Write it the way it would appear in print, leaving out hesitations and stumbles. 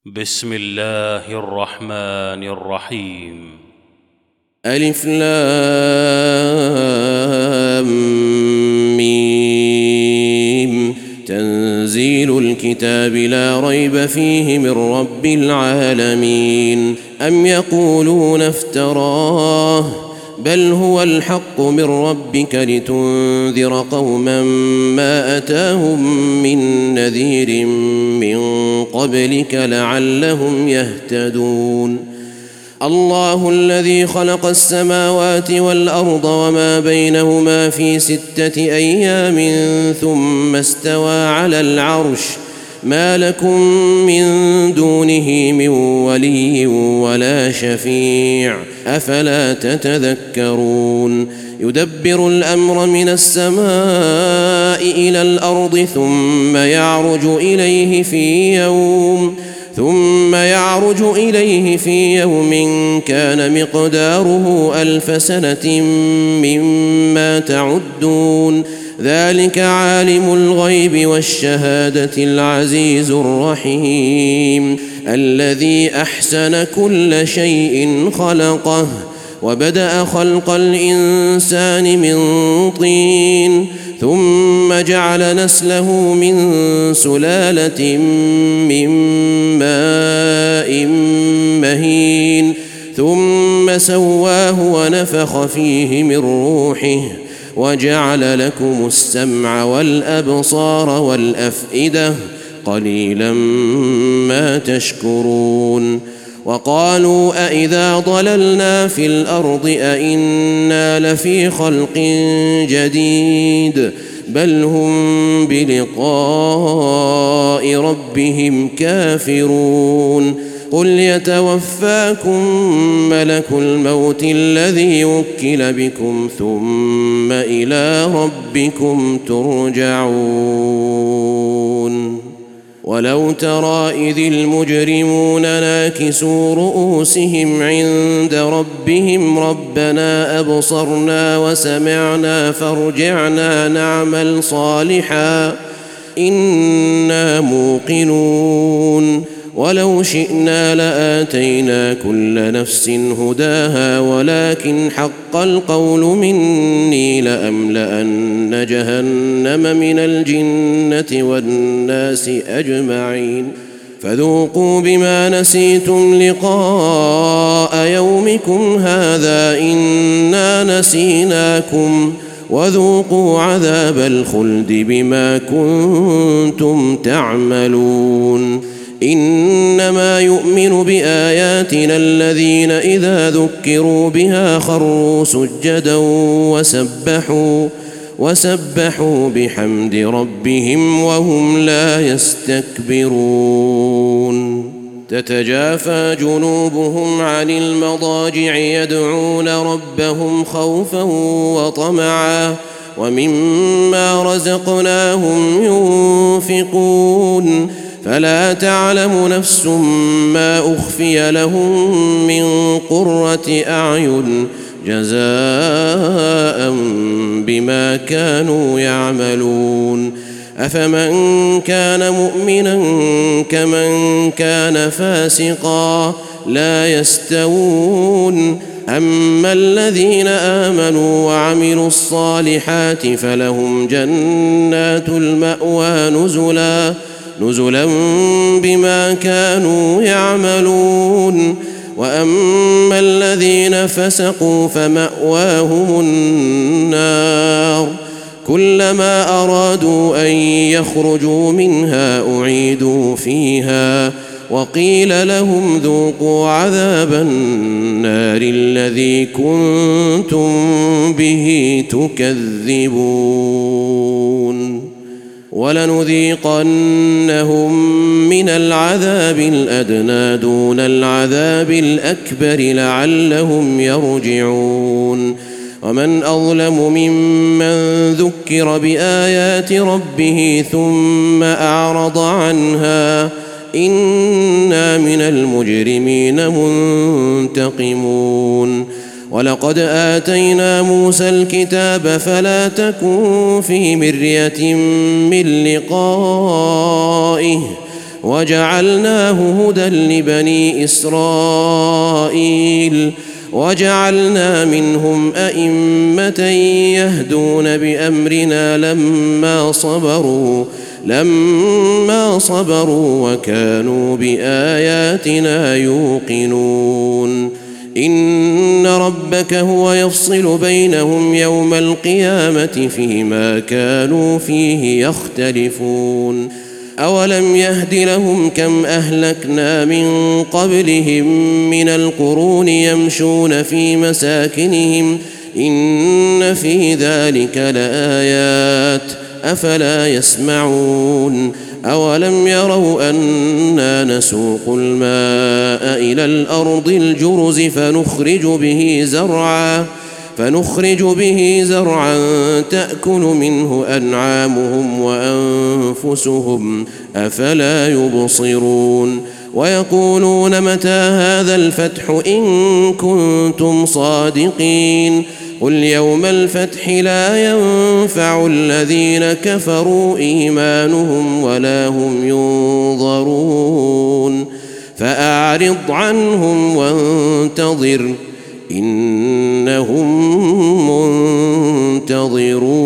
بسم الله الرحمن الرحيم. ألف لام ميم. تنزيل الكتاب لا ريب فيه من رب العالمين. أم يقولون افتراه بل هو الحق من ربك لتنذر قوما ما أتاهم من نذير من قبلك لعلهم يهتدون. الله الذي خلق السماوات والأرض وما بينهما في 6 أيام ثم استوى على العرش ما لكم من دونه من ولي ولا شفيع أفلا تتذكرون. يدبر الأمر من السماء إلى الأرض ثم يعرج إليه في يوم كان مقداره 1000 سنة مما تعدون. ذلك عالم الغيب والشهادة العزيز الرحيم الذي أحسن كل شيء خلقه وبدأ خلق الإنسان من طين ثم جعل نسله من سلالة من ماء مهين ثم سواه ونفخ فيه من روحه وجعل لكم السمع والأبصار والأفئدة قليلا ما تشكرون. وقالوا أإذا ضللنا في الأرض أإنا لفي خلق جديد بل هم بلقاء ربهم كافرون. قل يتوفاكم ملك الموت الذي وكل بكم ثم إلى ربكم ترجعون. ولو ترى إذ المجرمون ناكسوا رؤوسهم عند ربهم ربنا أبصرنا وسمعنا فارجعنا نعمل صالحا إنا موقنون. ولو شئنا لآتينا كل نفس هداها ولكن حق القول مني لأملأن جهنم من الجنة والناس أجمعين. فذوقوا بما نسيتم لقاء يومكم هذا إنا نسيناكم وذوقوا عذاب الخلد بما كنتم تعملون. إنما يؤمن بآياتنا الذين إذا ذكروا بها خروا سجدا وسبحوا بحمد ربهم وهم لا يستكبرون. تتجافى جنوبهم عن المضاجع يدعون ربهم خوفا وطمعا ومما رزقناهم ينفقون. فلا تعلم نفس ما أخفي لهم من قرة أعين جزاء بما كانوا يعملون. أفمن كان مؤمنا كمن كان فاسقا لا يستوون. أما الذين آمنوا وعملوا الصالحات فلهم جنات المأوى نزلا بما كانوا يعملون. وأما الذين فسقوا فمأواهم النار كلما أرادوا أن يخرجوا منها أعيدوا فيها وقيل لهم ذوقوا عذاب النار الذي كنتم به تكذبون. ولنذيقنهم من العذاب الأدنى دون العذاب الأكبر لعلهم يرجعون. ومن أظلم ممن ذكر بآيات ربه ثم أعرض عنها إنا من المجرمين منتقمون. ولقد آتينا موسى الكتاب فلا تكن في مرية من لقائه وجعلناه هدى لبني إسرائيل وجعلنا منهم أئمة يهدون بأمرنا لما صبروا وكانوا بآياتنا يوقنون إن ربك هو يفصل بينهم يوم القيامة فيما كانوا فيه يختلفون أولم يهد لهم كم أهلكنا من قبلهم من القرون يمشون في مساكنهم إن في ذلك لآيات أفلا يسمعون أولم يروا أنا نسوق الماء إلى الأرض الجرز فنخرج به زرعا تأكل منه أنعامهم وأنفسهم أفلا يبصرون ويقولون متى هذا الفتح إن كنتم صادقين قل يوم الفتح لا ينفع الذين كفروا إيمانهم ولا هم ينظرون فأعرض عنهم وانتظر إنهم منتظرون